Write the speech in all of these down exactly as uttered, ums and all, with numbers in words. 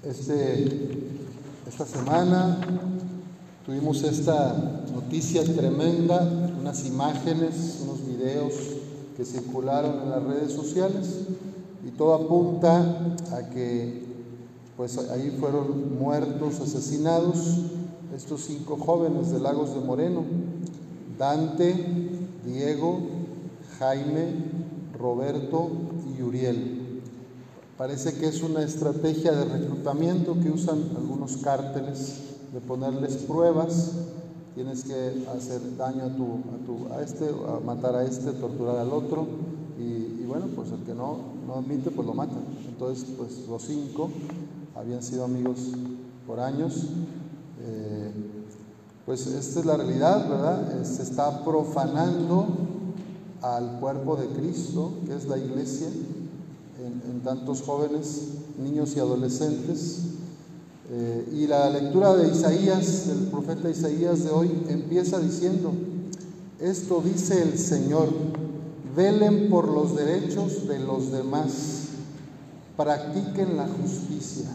Este, esta semana tuvimos esta noticia tremenda, unas imágenes, unos videos que circularon en las redes sociales y todo apunta a que pues ahí fueron muertos, asesinados estos cinco jóvenes de Lagos de Moreno: Dante, Diego, Jaime, Roberto y Uriel. Parece que es una estrategia de reclutamiento que usan algunos cárteles, de ponerles pruebas. Tienes que hacer daño a, tu, a, tu, a este, a matar a este, torturar al otro, y, y bueno, pues el que no, no admite, pues lo matan. Entonces, pues los cinco habían sido amigos por años. Eh, pues esta es la realidad, ¿verdad? Se está profanando al cuerpo de Cristo, que es la iglesia, en, en tantos jóvenes, niños y adolescentes. Eh, y la lectura de Isaías, del profeta Isaías de hoy, empieza diciendo: esto dice el Señor, velen por los derechos de los demás, practiquen la justicia.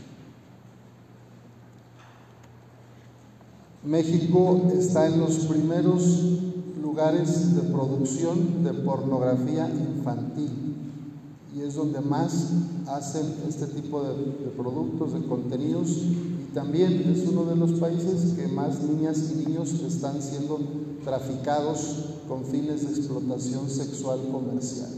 México está en los primeros lugares de producción de pornografía infantil y es donde más hacen este tipo de, de productos, de contenidos, y también es uno de los países que más niñas y niños están siendo traficados con fines de explotación sexual comercial.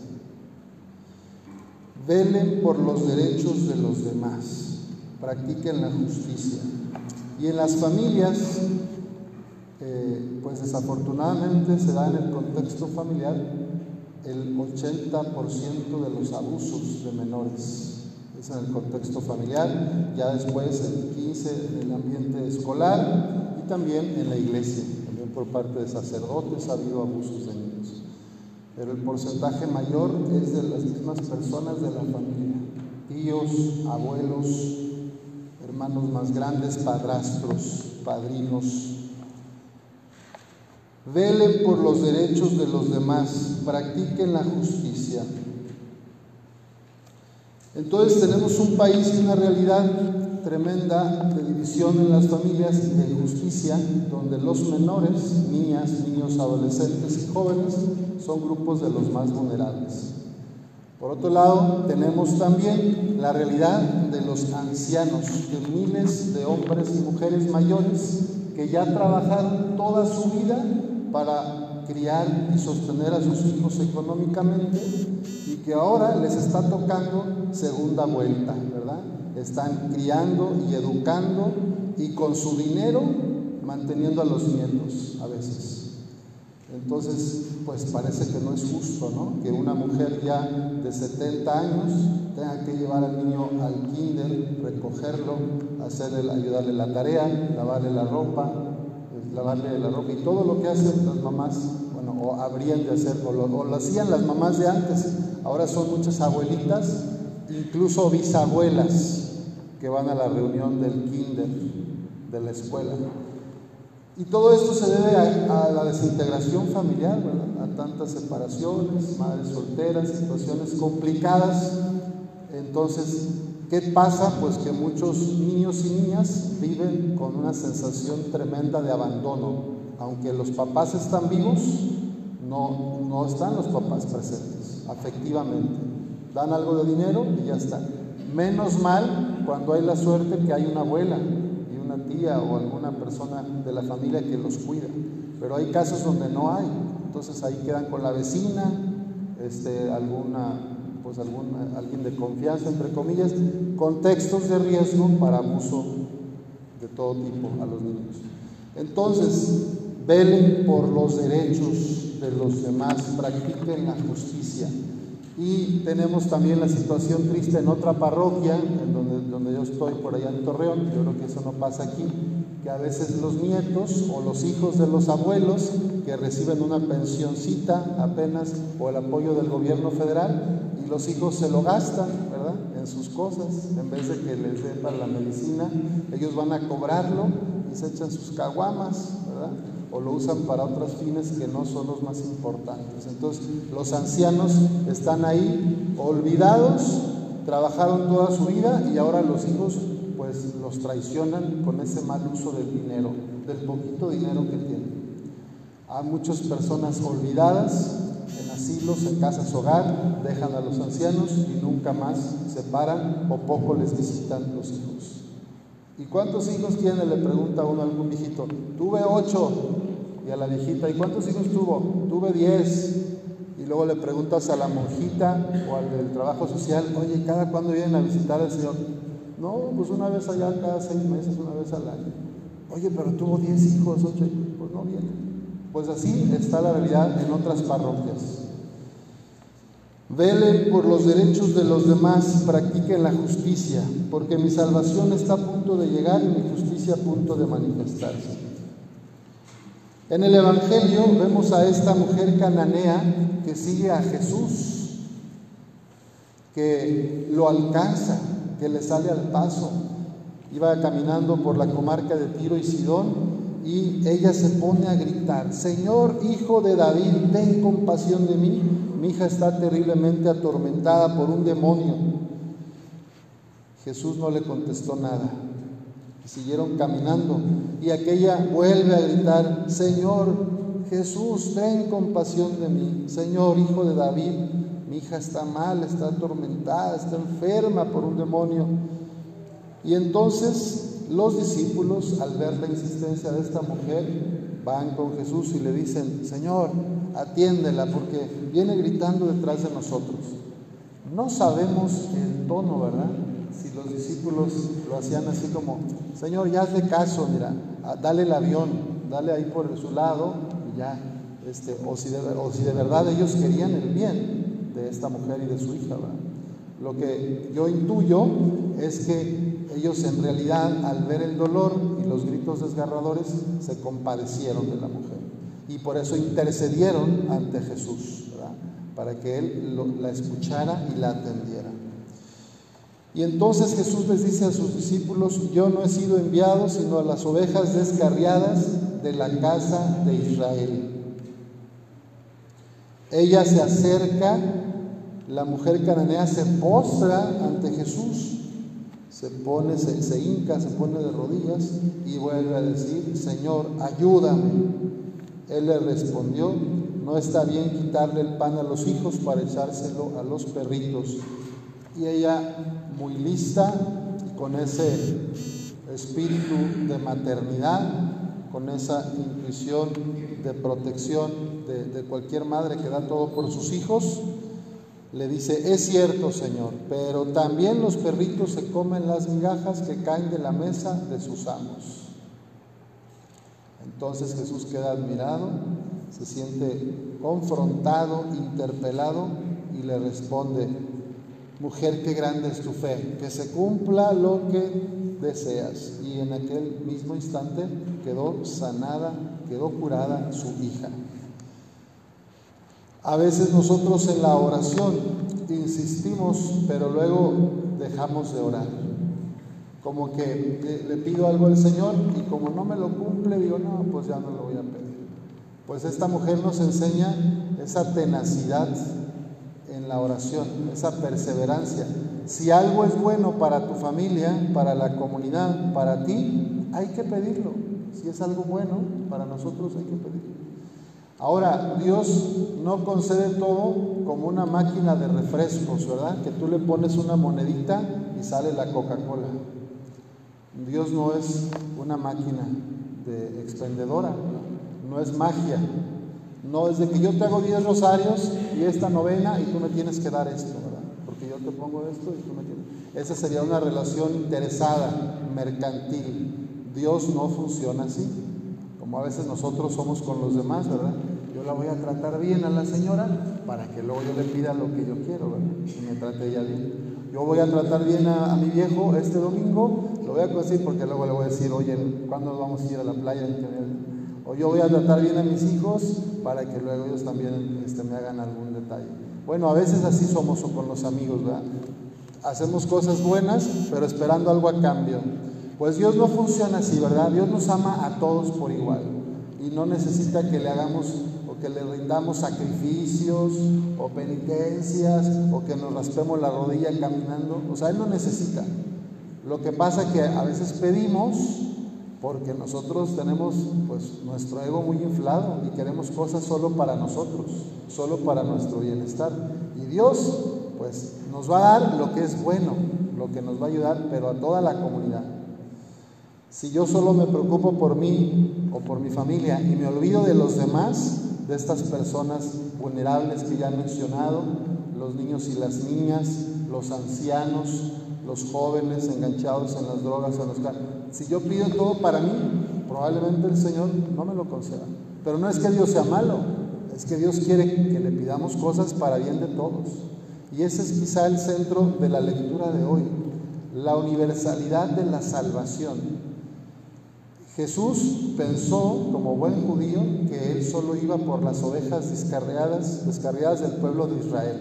Velen por los derechos de los demás, practiquen la justicia. Y en las familias, eh, pues desafortunadamente se da en el contexto familiar el ochenta por ciento de los abusos de menores. Es en el contexto familiar, ya después el quince por ciento en el ambiente escolar y también en la iglesia, también por parte de sacerdotes ha habido abusos de niños. Pero el porcentaje mayor es de las mismas personas de la familia: tíos, abuelos, hermanos más grandes, padrastros, padrinos. Velen por los derechos de los demás, practiquen la justicia. Entonces tenemos un país y una realidad tremenda de división en las familias y de injusticia, donde los menores, niñas, niños, adolescentes y jóvenes son grupos de los más vulnerables. Por otro lado, tenemos también la realidad de los ancianos, de miles de hombres y mujeres mayores que ya trabajaron toda su vida para criar y sostener a sus hijos económicamente y que ahora les está tocando segunda vuelta, ¿verdad? Están criando y educando y con su dinero manteniendo a los nietos a veces. Entonces, pues parece que no es justo, ¿no? Que una mujer ya de setenta años tenga que llevar al niño al kinder, recogerlo, hacerle, ayudarle la tarea, lavarle la ropa, lavarle la ropa y todo lo que hacen las mamás, bueno, o habrían de hacer, o lo, o lo hacían las mamás de antes. Ahora son muchas abuelitas, incluso bisabuelas, que van a la reunión del kinder, de la escuela. Y todo esto se debe a, a la desintegración familiar, ¿verdad? A tantas separaciones, madres solteras, situaciones complicadas. Entonces, ¿qué pasa? Pues que muchos niños y niñas viven con una sensación tremenda de abandono. Aunque los papás están vivos, no, no están los papás presentes, afectivamente. Dan algo de dinero y ya está. Menos mal cuando hay la suerte que hay una abuela, una tía o alguna persona de la familia que los cuida, pero hay casos donde no hay, entonces ahí quedan con la vecina, este, alguna, pues alguna, alguien de confianza, entre comillas, contextos de riesgo para abuso de todo tipo a los niños. Entonces, velen por los derechos de los demás, practiquen la justicia. Y tenemos también la situación triste en otra parroquia, en donde, donde yo estoy, por allá en Torreón. Yo creo que eso no pasa aquí, que a veces los nietos o los hijos de los abuelos que reciben una pensioncita apenas o el apoyo del gobierno federal, y los hijos se lo gastan, ¿verdad?, en sus cosas, en vez de que les dé para la medicina, ellos van a cobrarlo y se echan sus caguamas, ¿verdad?, o lo usan para otros fines que no son los más importantes. Entonces, los ancianos están ahí olvidados, trabajaron toda su vida y ahora los hijos pues los traicionan con ese mal uso del dinero, del poquito dinero que tienen. Hay muchas personas olvidadas en asilos, en casas hogar, dejan a los ancianos y nunca más se paran o poco les visitan los hijos. ¿Y cuántos hijos tiene? Le pregunta uno a algún viejito. Tuve ocho. Y a la viejita, ¿y cuántos hijos tuvo? Tuve diez. Y luego le preguntas a la monjita o al del trabajo social, oye, ¿cada cuándo vienen a visitar al Señor? No, pues una vez allá cada seis meses, una vez al año. Oye, pero tuvo diez hijos, ocho, pues no vienen. Pues así está la realidad en otras parroquias. Velen por los derechos de los demás, practiquen la justicia, porque mi salvación está a punto de llegar y mi justicia a punto de manifestarse. En el Evangelio vemos a esta mujer cananea que sigue a Jesús, que lo alcanza, que le sale al paso. Iba caminando por la comarca de Tiro y Sidón y ella se pone a gritar: Señor, Hijo de David, ten compasión de mí, mi hija está terriblemente atormentada por un demonio. Jesús no le contestó nada y siguieron caminando, y aquella vuelve a gritar: Señor Jesús, ten compasión de mí, Señor, Hijo de David, mi hija está mal, está atormentada, está enferma por un demonio. Y entonces los discípulos, al ver la insistencia de esta mujer, van con Jesús y le dicen: Señor, atiéndela porque viene gritando detrás de nosotros. No sabemos el tono, ¿verdad? Si los discípulos lo hacían así como: Señor, ya hazle caso, mira, dale el avión, dale ahí por su lado y ya. Este, o, si de, o si de verdad ellos querían el bien de esta mujer y de su hija, ¿verdad? Lo que yo intuyo es que ellos en realidad, al ver el dolor y los gritos desgarradores, se compadecieron de la mujer y por eso intercedieron ante Jesús, ¿verdad? Para que Él lo, la escuchara y la atendiera. Y entonces Jesús les dice a sus discípulos: yo no he sido enviado sino a las ovejas descarriadas de la casa de Israel. Ella se acerca, la mujer cananea se postra ante Jesús, se pone, se, se hinca, se pone de rodillas y vuelve a decir: Señor, ayúdame. Él le respondió: no está bien quitarle el pan a los hijos para echárselo a los perritos. Y ella, muy lista, con ese espíritu de maternidad, con esa intuición de protección de, de cualquier madre que da todo por sus hijos, le dice: es cierto, Señor, pero también los perritos se comen las migajas que caen de la mesa de sus amos. Entonces Jesús queda admirado, se siente confrontado, interpelado y le responde: mujer, qué grande es tu fe, que se cumpla lo que deseas. Y en aquel mismo instante quedó sanada, quedó curada su hija. A veces nosotros en la oración insistimos, pero luego dejamos de orar. Como que le, le pido algo al Señor y como no me lo cumple, digo: no, pues ya no lo voy a pedir. Pues esta mujer nos enseña esa tenacidad en la oración, esa perseverancia. Si algo es bueno para tu familia, para la comunidad, para ti, hay que pedirlo. Si es algo bueno para nosotros, hay que pedirlo. Ahora, Dios no concede todo como una máquina de refrescos, ¿verdad? Que tú le pones una monedita y sale la Coca-Cola. Dios no es una máquina de expendedora, ¿no? No es magia. No es de que yo te hago diez rosarios y esta novena y tú me tienes que dar esto, ¿verdad? Porque yo te pongo esto y tú me tienes... Esa sería una relación interesada, mercantil. Dios no funciona así, como a veces nosotros somos con los demás, ¿verdad? Yo la voy a tratar bien a la señora para que luego yo le pida lo que yo quiero, ¿verdad? Y me trate ella bien. Yo voy a tratar bien a, a mi viejo este domingo, lo voy a decir porque luego le voy a decir: oye, ¿cuándo vamos a ir a la playa? O yo voy a tratar bien a mis hijos para que luego ellos también este, me hagan algún detalle. Bueno, a veces así somos con los amigos, ¿verdad? Hacemos cosas buenas, pero esperando algo a cambio. Pues Dios no funciona así, ¿verdad? Dios nos ama a todos por igual y no necesita que le hagamos o que le rindamos sacrificios o penitencias o que nos raspemos la rodilla caminando. O sea, Él no necesita. Lo que pasa que a veces pedimos porque nosotros tenemos pues nuestro ego muy inflado y queremos cosas solo para nosotros, solo para nuestro bienestar. Y Dios pues nos va a dar lo que es bueno, lo que nos va a ayudar, pero a toda la comunidad. Si yo solo me preocupo por mí o por mi familia y me olvido de los demás, de estas personas vulnerables que ya he mencionado, los niños y las niñas, los ancianos, los jóvenes enganchados en las drogas o en los carros, si yo pido todo para mí, probablemente el Señor no me lo conceda. Pero no es que Dios sea malo, es que Dios quiere que le pidamos cosas para bien de todos. Y ese es quizá el centro de la lectura de hoy, la universalidad de la salvación. Jesús pensó, como buen judío, que Él solo iba por las ovejas descarriadas, descarriadas del pueblo de Israel.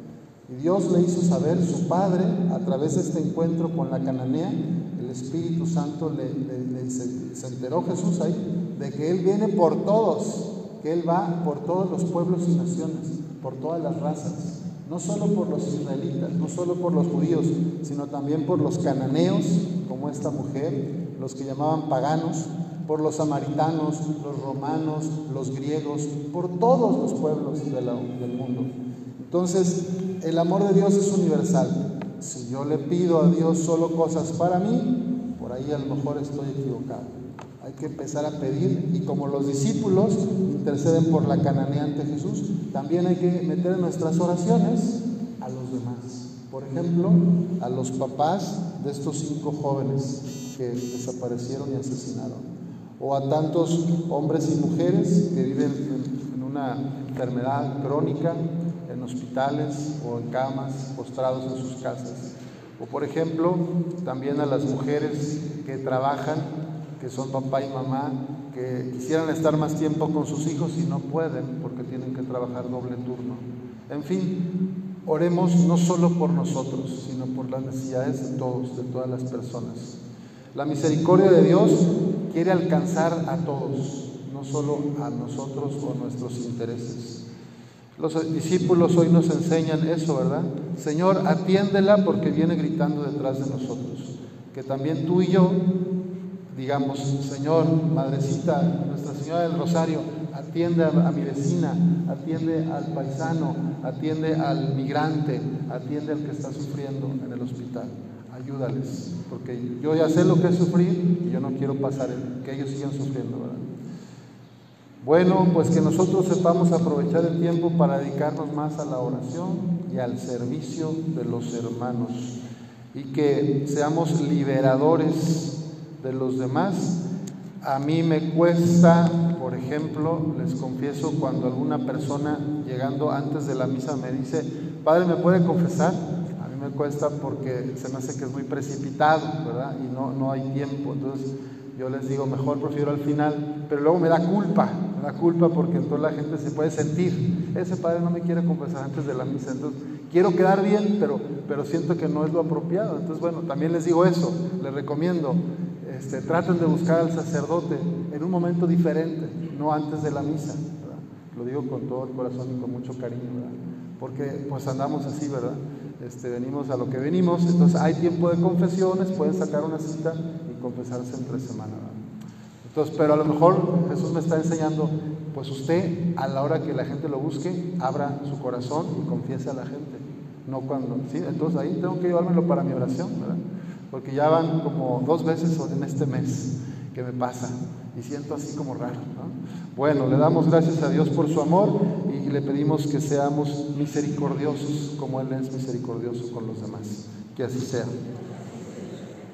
Y Dios le hizo saber, su Padre, a través de este encuentro con la cananea, el Espíritu Santo le, le, le se, se enteró Jesús ahí, de que Él viene por todos, que Él va por todos los pueblos y naciones, por todas las razas, no solo por los israelitas, no solo por los judíos, sino también por los cananeos, como esta mujer, los que llamaban paganos, por los samaritanos, los romanos, los griegos, por todos los pueblos de la, del mundo. Entonces, el amor de Dios es universal. Si yo le pido a Dios solo cosas para mí, por ahí a lo mejor estoy equivocado. Hay que empezar a pedir, y como los discípulos interceden por la cananea ante Jesús, también hay que meter en nuestras oraciones a los demás. Por ejemplo, a los papás de estos cinco jóvenes que desaparecieron y asesinaron, o a tantos hombres y mujeres que viven en una enfermedad crónica, en hospitales o en camas, postrados en sus casas. O por ejemplo, también a las mujeres que trabajan, que son papá y mamá, que quisieran estar más tiempo con sus hijos y no pueden porque tienen que trabajar doble turno. En fin, oremos no solo por nosotros, sino por las necesidades de todos, de todas las personas. La misericordia de Dios quiere alcanzar a todos, no solo a nosotros o a nuestros intereses. Los discípulos hoy nos enseñan eso, ¿verdad? Señor, atiéndela porque viene gritando detrás de nosotros. Que también tú y yo digamos, Señor, Madrecita, Nuestra Señora del Rosario, atiende a mi vecina, atiende al paisano, atiende al migrante, atiende al que está sufriendo en el hospital. Ayúdales, porque yo ya sé lo que es sufrir y yo no quiero pasar el, que ellos sigan sufriendo, ¿verdad? Bueno, pues que nosotros sepamos aprovechar el tiempo para dedicarnos más a la oración y al servicio de los hermanos, y que seamos liberadores de los demás. A mí me cuesta, por ejemplo, les confieso, cuando alguna persona llegando antes de la misa me dice, Padre, ¿me puede confesar? A mí me cuesta porque se me hace que es muy precipitado, ¿verdad? Y no, no hay tiempo. Entonces yo les digo, mejor prefiero al final, pero luego me da culpa, me da culpa porque entonces la gente se puede sentir, ese padre no me quiere confesar antes de la misa, entonces quiero quedar bien, pero, pero siento que no es lo apropiado. Entonces, bueno, también les digo eso, les recomiendo, este, traten de buscar al sacerdote en un momento diferente, no antes de la misa, ¿verdad? Lo digo con todo el corazón y con mucho cariño, ¿verdad? Porque pues andamos así, ¿verdad? Este, venimos a lo que venimos, entonces hay tiempo de confesiones, pueden sacar una cita y confesarse entre semana, ¿verdad? Entonces, pero a lo mejor Jesús me está enseñando, pues usted a la hora que la gente lo busque, abra su corazón y confiese a la gente, no cuando, ¿sí? Entonces ahí tengo que llevármelo para mi oración, ¿verdad? Porque ya van como dos veces en este mes que me pasa y siento así como raro, ¿no? Bueno, le damos gracias a Dios por su amor y le pedimos que seamos misericordiosos como Él es misericordioso con los demás. Que así sea.